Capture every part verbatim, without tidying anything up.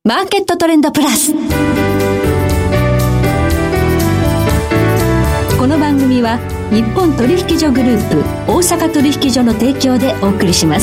マーケットトレンドプラス。この番組は日本取引所グループ大阪取引所の提供でお送りします。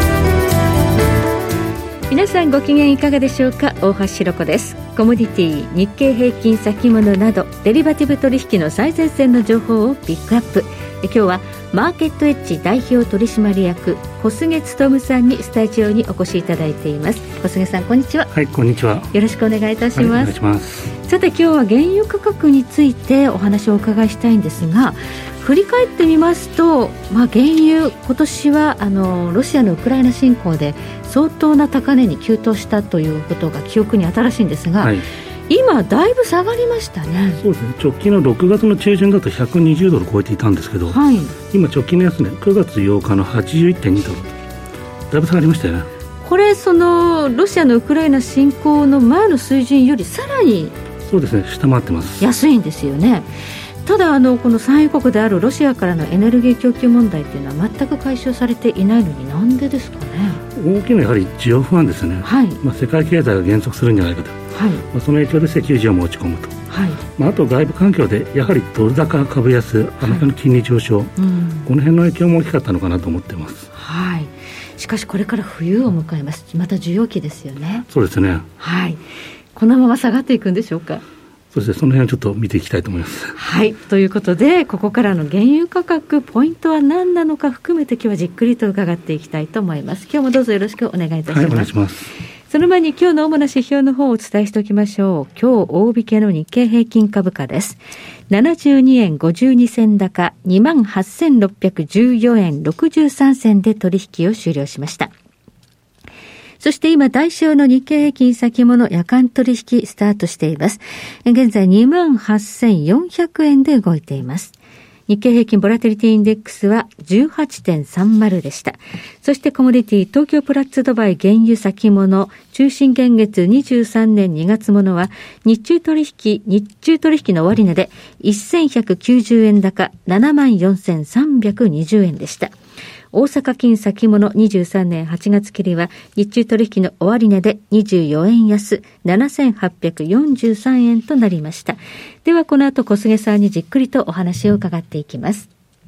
皆さんご機嫌いかがでしょうか。大橋ひろ子です。コモディティ、日経平均先物などデリバティブ取引の最前線の情報をピックアップ。今日はマーケットエッジ代表取締役小菅勉さんにスタジオにお越しいただいています。小菅さん、こんにちは。 はい、こんにちは。 よろしくお願いいたします。 はい、お願いします。 さて、今日は原油価格についてお話をお伺いしたいんですが、振り返ってみますと、まあ、原油今年はあのロシアのウクライナ侵攻で相当な高値に急騰したということが記憶に新しいんですが、はい、今だいぶ下がりましたね。 そうですね。直近のろくがつの中旬だとひゃくにじゅうドル超えていたんですけど、はい、今直近の安値くがつようかの はちじゅういってんにドル、だいぶ下がりましたよね。 これそのロシアのウクライナ侵攻の前の水準よりさらにそうですね、下回ってます。 安いんですよね。ただあのこの産油国であるロシアからのエネルギー供給問題というのは全く解消されていないのに、なんでですかね。 大きなやはり需要不安ですね、はい。まあ、世界経済が減速するんじゃないかと、はい。まあ、その影響で石油需要も落ち込むと、はい。まあ、あと外部環境でやはりドル高株安、アメリカの金利上昇、はい、うん、この辺の影響も大きかったのかなと思っています。 はい。しかしこれから冬を迎えます。また需要期ですよね。 そうですね、 はい。このまま下がっていくんでしょうか。 そしてその辺をちょっと見ていきたいと思います。 はい、ということでここからの原油価格ポイントは何なのか含めて今日はじっくりと伺っていきたいと思います。今日もどうぞよろしくお願いいたします。 はい、お願いします。 その前に今日の主な指標の方をお伝えしておきましょう。今日大引けの日経平均株価です。ななじゅうにえんごじゅうにせん高 にまんはっせんろっぴゃくじゅうよえんろくじゅうさんせんで取引を終了しました。そして今、代償の日経平均先物夜間取引スタートしています。現在 にまんはっせんよんひゃくえんで動いています。日経平均ボラティリティインデックスは じゅうはちてんさんまる でした。そしてコモディティ東京プラッツドバイ原油先物中心現月にじゅうさんねんにがつものは日中取引、日中取引の終値でせんひゃくきゅうじゅうえん高 ななまんよんせんさんびゃくにじゅうえんでした。大阪金先物にじゅうさんねんはちがつ切りは日中取引の終値でにじゅうよえん安 ななせんはっぴゃくよんじゅうさんえんとなりました。ではこの後小菅さんにじっくりとお話を伺っていきます。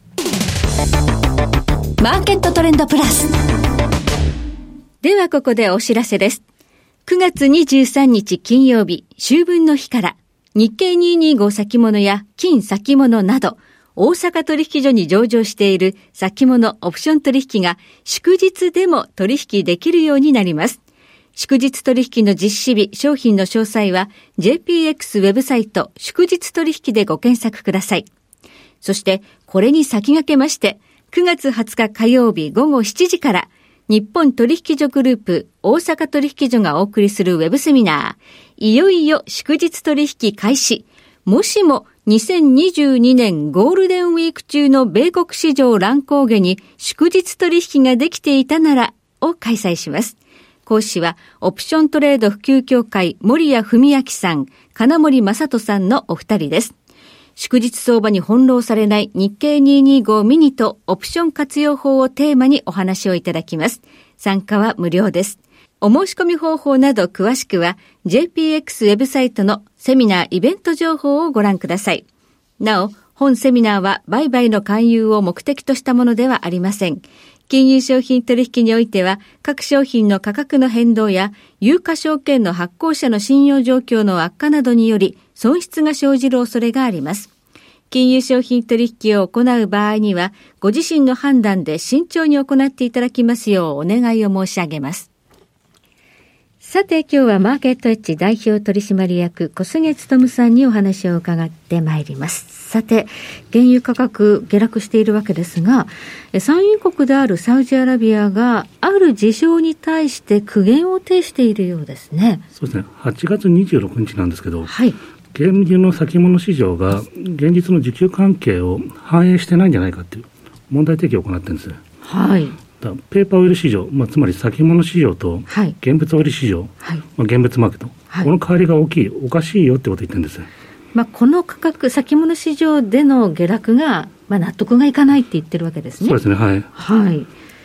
マーケットトレンドプラス。 ではここでお知らせです。くがつにじゅうさんにち金曜日秋分の日から日経にひゃくにじゅうご先物や金先物など大阪取引所に上場している先物オプション取引が祝日でも取引できるようになります。祝日取引の実施日、商品の詳細は ジェイピーエックス ウェブサイト祝日取引でご検索ください。そしてこれに先駆けましてくがつはつか火曜日ごごしちじから日本取引所グループ大阪取引所がお送りするウェブセミナー、いよいよ祝日取引開始。もしもにせんにじゅうにねんゴールデンウィーク中の米国市場乱高下に祝日取引ができていたならを開催します。講師はオプショントレード普及協会森谷文明さん、金森正人さんのお二人です。祝日相場に翻弄されない日経にひゃくにじゅうごミニとオプション活用法をテーマにお話をいただきます。参加は無料です。お申し込み方法など詳しくは ジェイピーエックス ウェブサイトのセミナーイベント情報をご覧ください。なお、本セミナーは売買の勧誘を目的としたものではありません。金融商品取引においては各商品の価格の変動や有価証券の発行者の信用状況の悪化などにより損失が生じる恐れがあります。金融商品取引を行う場合にはご自身の判断で慎重に行っていただきますようお願いを申し上げます。さて今日はマーケットエッジ代表取締役小菅勉さんにお話を伺ってまいります。さて原油価格下落しているわけですが、産油国であるサウジアラビアがある事象に対して苦言を呈しているようですね。 そうですね。はちがつにじゅうろくにちなんですけど、 はい、 原油の先物市場が現実の需給関係を反映してないんじゃないかという問題提起を行っているんです。 はい。 だペーパーオイル市場、まあ、つまり先物市場と現物オイル市場、はいまあ、現物マーケット、はい、この変わりが大きい、おかしいよってことを言ってるんです。 まあ、この価格、先物市場での下落が、まあ、納得がいかないって言ってるわけですね。 そうですね、はい。 はい。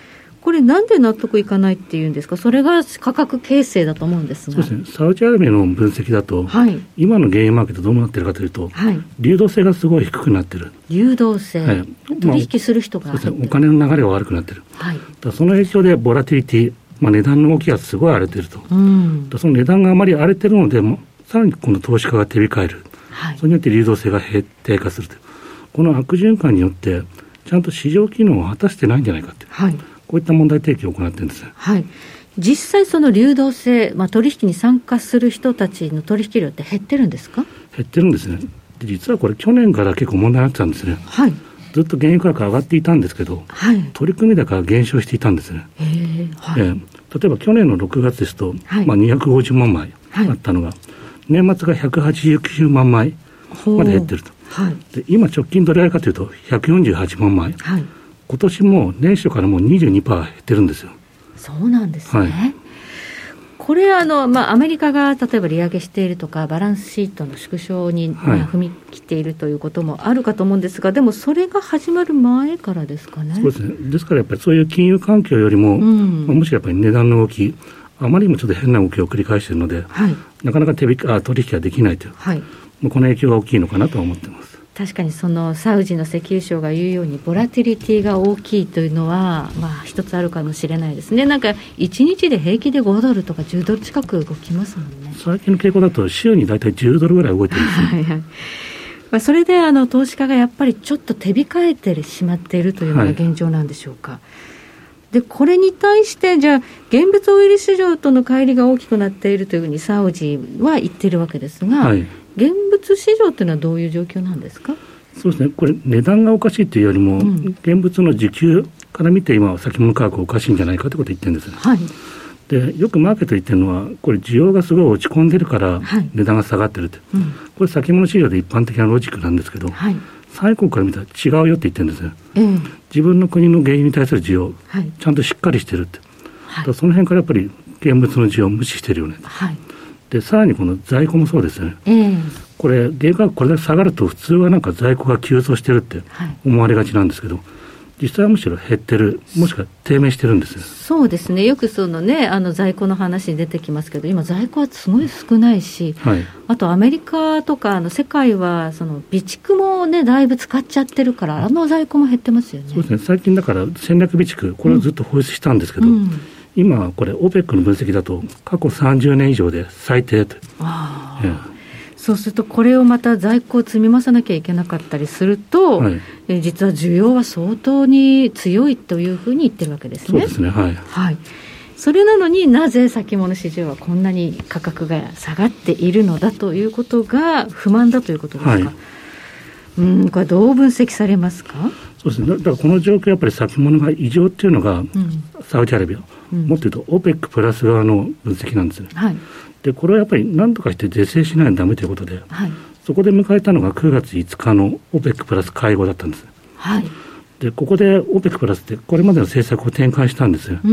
これなんで納得いかないっていうんですか。それが価格形成だと思うんですが。 そうですね、サウジアラビアの分析だと、はい、今の原油マーケットどうなってるかというと、はい、流動性がすごい低くなってる。 流動性、はい、取引する人が入ってる、 まあ、そうですね、お金の流れが悪くなってる、はい、だその影響でボラティリティ、まあ、値段の動きがすごい荒れてると、うん、だその値段があまり荒れてるのでさらにこの投資家が手控える、はい、それによって流動性が低下するというこの悪循環によってちゃんと市場機能を果たしてないんじゃないかという、はい、こういった問題提起を行っているんです、 はい、実際その流動性、まあ、取引に参加する人たちの取引量って減ってるんですか。 減ってるんですね。で実はこれ去年から結構問題になってたんですね、はい、ずっと原油価格上がっていたんですけど、はい、取り組み高が減少していたんですね。へー、はい、えー、例えば去年のろくがつですと、はい、まあ、にひゃくごじゅうまんまいあったのが、はい、年末がひゃくはちじゅうきゅうまんまいまで減ってると、はい、で今直近どれぐらいかというとひゃくよんじゅうはちまんまい、はい、今年も年初からもう にじゅうにパーセント 減ってるんですよ。 そうなんですね、はい、これあの、まあ、アメリカが例えば利上げしているとかバランスシートの縮小に、はい、踏み切っているということもあるかと思うんですが、でもそれが始まる前からですかね。 そうですね。ですからやっぱりそういう金融環境よりも、うん、まあ、むしろやっぱり値段の動きあまりにもちょっと変な動きを繰り返しているので、はい、なかなか手引あ取引ができないという、はい、まあ、この影響が大きいのかなとは思っています。 確かにそのサウジの石油省が言うようにボラティリティが大きいというのは、まあ、一つあるかもしれないですね。なんかいちにちで平気でごドルとかじゅうドル近く動きますもんね。 最近の傾向だと週にだいたいじゅうドルぐらい動いてるんですね。はいはい、まあ、それであの投資家がやっぱりちょっと手控えてしまっているというのが現状なんでしょうか。はい、でこれに対してじゃあ現物オイル市場との乖離が大きくなっているというふうにサウジは言っているわけですが、はい、現物市場というのはどういう状況なんですか。 そうですね、これ値段がおかしいというよりも、うん、現物の需給から見て今は先物価格おかしいんじゃないかということを言ってるんです、はい、でよくマーケットで言ってるのはこれ需要がすごい落ち込んでるから値段が下がってると、はい、うん、これ先物市場で一般的なロジックなんですけど、はい、最高から見たら違うよって言ってるんですよ、えー、自分の国の原油に対する需要、はい、ちゃんとしっかりしてるって、はい、だその辺からやっぱり現物の需要を無視してるよね、はい、でさらにこの在庫もそうですよね、えー、これ原油価格これだけ下がると普通はなんか在庫が急増してるって思われがちなんですけど、はい、実際はむしろ減ってる、もしくは低迷してるんですよ。 そうですね、よくその、ね、あの在庫の話に出てきますけど今在庫はすごい少ないし、はい、あとアメリカとかあの世界はその備蓄も、ね、だいぶ使っちゃってるからあの在庫も減ってますよね。 そうですね、最近だから戦略備蓄これをずっと放出したんですけど、うんうん、今これ オペック の分析だと過去さんじゅうねん以上で最低と。あ、ええ、 そうするとこれをまた在庫を積み増さなきゃいけなかったりすると、はい、え実は需要は相当に強いというふうに言ってるわけですね。 そうですね、はい、はい、 それなのになぜ先物市場はこんなに価格が下がっているのだということが不満だということですか。はい、うん、これどう分析されますか。 そうですね、だからこの状況やっぱり先物が異常っていうのが、うん、サウジアラビア、うん、もっと言うと オペック プラス側の分析なんですね。はい、でこれはやっぱり何とかして是正しないとダメということで、はい、そこで迎えたのがくがついつかの オペック プラス会合だったんです、はい、でここで オペック プラスってこれまでの政策を転換したんですよ。うん、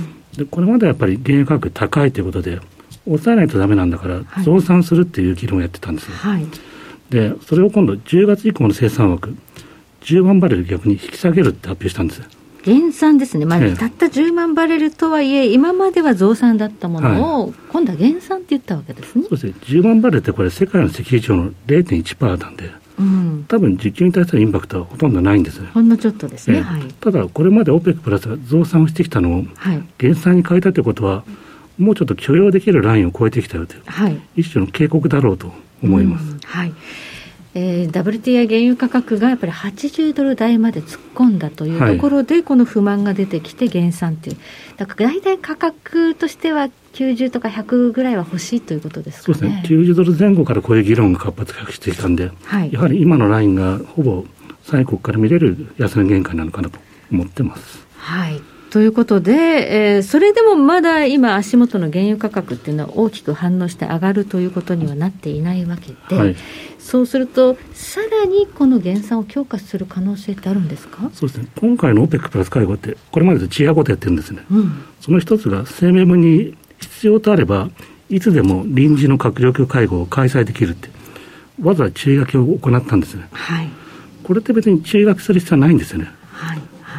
でこれまではやっぱり原油価格高いということで抑えないとダメなんだから増産するっていう議論をやってたんですよ。はい、でそれを今度じゅうがつ以降の生産枠じゅうまんバレル逆に引き下げるって発表したんですよ。 減産ですね、まあええ、たったじゅうまんバレルとはいえ今までは増産だったものを、はい、今度は減産って言ったわけですね。 そうですね、じゅうまんバレルってこれ世界の石油市場の れいてんいちパーセント なんで、うん、多分需給に対するインパクトはほとんどないんです。 ほんのちょっとですね、ええ、はい、ただこれまで オペック プラスが増産をしてきたのを、はい、減産に変えたということはもうちょっと許容できるラインを超えてきたよという、はい、一種の警告だろうと思います。うん、はい、 えー、ダブリューティーアイ 原油価格がやっぱりはちじゅうドル台まで突っ込んだというところで、はい、この不満が出てきて減産という、だから大体価格としてはきゅうじゅうとかひゃくぐらいは欲しいということですかね。 そうですね、きゅうじゅうドル前後からこういう議論が活発化してきたんで、はい、やはり今のラインがほぼ産油国から見れる安値限界なのかなと思ってます。 はい、ということで、えー、それでもまだ今足元の原油価格っていうのは大きく反応して上がるということにはなっていないわけで、はい、そうするとさらにこの減産を強化する可能性ってあるんですか。 そうですね、今回の オペック プラス会合ってこれまでと違うことやってるんですね。うん、その一つが声明文に必要とあればいつでも臨時の閣僚級会合を開催できるってわざわざ注意書きを行ったんですね。はい、これって別に注意書きする必要はないんですよね。はいはい、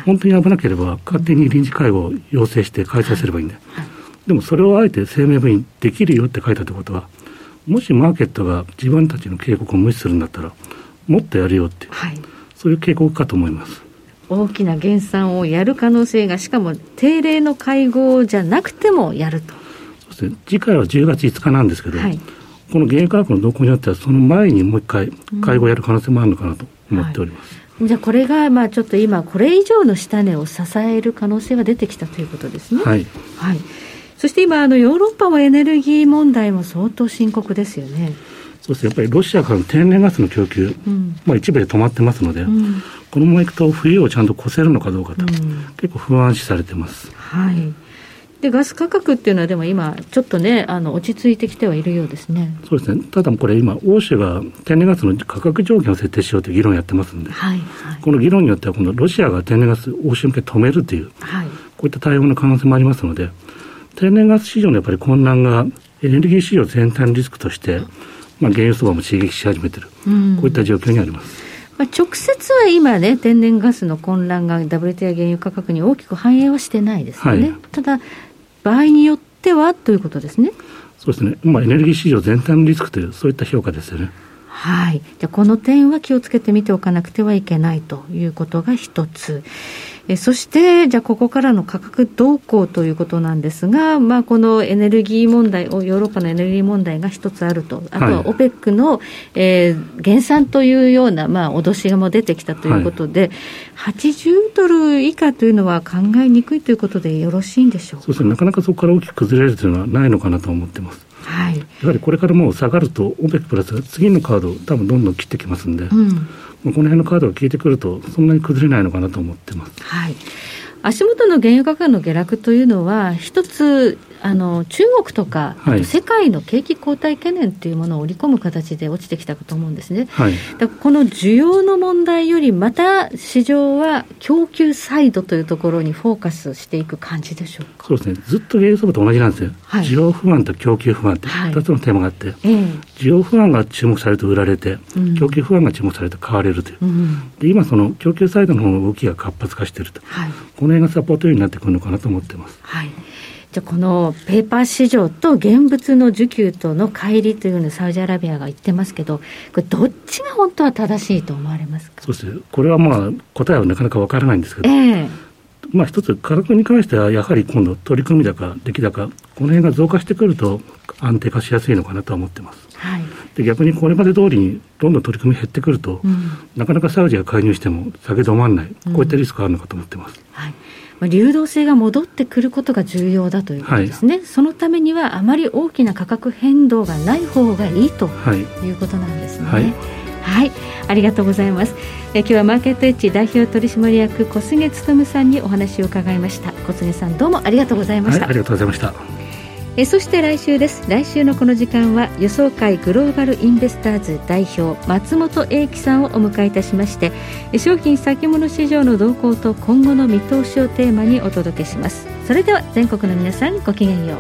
本当に危なければ勝手に臨時会合を要請して開催すればいいんで、はいはい、でもそれをあえて声明文にできるよって書いたってことは、もしマーケットが自分たちの警告を無視するんだったらもっとやるよっていう、はい、そういう警告かと思います。 大きな減産をやる可能性が、しかも定例の会合じゃなくてもやると。 そうですね、次回はじゅうがついつかなんですけど、はい、この原油価格の動向によってはその前にもう一回会合をやる可能性もあるのかなと思っております、 うん、はい、じゃあこれがまあちょっと今これ以上の下値を支える可能性が出てきたということですね。 はい、 はい、そして今あのヨーロッパもエネルギー問題も相当深刻ですよね。 そうですね、やっぱりロシアからの天然ガスの供給、うん、まあ、一部で止まってますので、うん、このままいくと冬をちゃんと越せるのかどうかと、うん、結構不安視されてます。 はい、でガス価格っていうのはでも今ちょっとねあの落ち着いてきてはいるようですね。 そうですね、ただこれ今欧州が天然ガスの価格上限を設定しようという議論をやってますんで、はいはい、この議論によっては今度ロシアが天然ガス欧州向け止めるという、はい、こういった対応の可能性もありますので、天然ガス市場のやっぱり混乱がエネルギー市場全体のリスクとして、まあ、原油相場も刺激し始めている、うん、こういった状況にあります。 まあ、直接は今ね天然ガスの混乱が ダブリューティーアイ 原油価格に大きく反映はしてないですよね、はい、ただ場合によってはということですね。 そうですね、まあ、エネルギー市場全体のリスクというそういった評価ですよね。 はい、じゃあこの点は気をつけてみておかなくてはいけないということが一つ。えそしてじゃあここからの価格動向ということなんですが、まあ、このエネルギー問題ヨーロッパのエネルギー問題が一つあると、あとは オペック の、えー、減産というような、まあ、脅しがも出てきたということで、はい、はちじゅうドル以下というのは考えにくいということでよろしいんでしょうか。 そうですね、なかなかそこから大きく崩れるというのはないのかなと思ってます。はい、やはりこれからもう下がると オペック プラスが次のカードを多分どんどん切ってきますんで、うん、この辺のカードが効いてくるとそんなに崩れないのかなと思ってます。 はい、足元の原油価格の下落というのは一つあの中国とか、はい、世界の景気後退懸念というものを織り込む形で落ちてきたかと思うんですね、はい、だからこの需要の問題よりまた市場は供給サイドというところにフォーカスしていく感じでしょうか。 そうですね、ずっと原油相場と同じなんですよ、はい、需要不安と供給不安ってふたつのテーマがあって、はい、需要不安が注目されると売られて、うん、供給不安が注目されると買われるという、うん、で今その供給サイドの方の動きが活発化していると、はい、この辺がサポートになってくるのかなと思ってます。 はい、じゃあこのペーパー市場と現物の需給との乖離というのをサウジアラビアが言ってますけど、これどっちが本当は正しいと思われますか。 そうですね、これはまあ答えはなかなかわからないんですけど、えーまあ、一つ価格に関してはやはり今度取り組み高出来高この辺が増加してくると安定化しやすいのかなと思ってます、はい、で逆にこれまで通りにどんどん取り組み減ってくると、うん、なかなかサウジが介入しても下げ止まらない、こういったリスクがあるのかと思ってます、うん、はい、 まあ、流動性が戻ってくることが重要だということですね、はい、そのためにはあまり大きな価格変動がない方がいいということなんですね。はい、はいはい、ありがとうございます。え今日はマーケットエッジ代表取締役小菅勉さんにお話を伺いました。小菅さんどうもありがとうございました。 はい、ありがとうございました。 えそして来週です。来週のこの時間は予想会グローバルインベスターズ代表松本英樹さんをお迎えいたしまして、商品先物市場の動向と今後の見通しをテーマにお届けします。それでは全国の皆さんごきげんよう。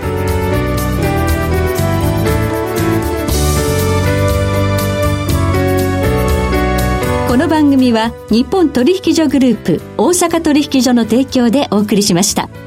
この番組は日本取引所グループ大阪取引所の提供でお送りしました。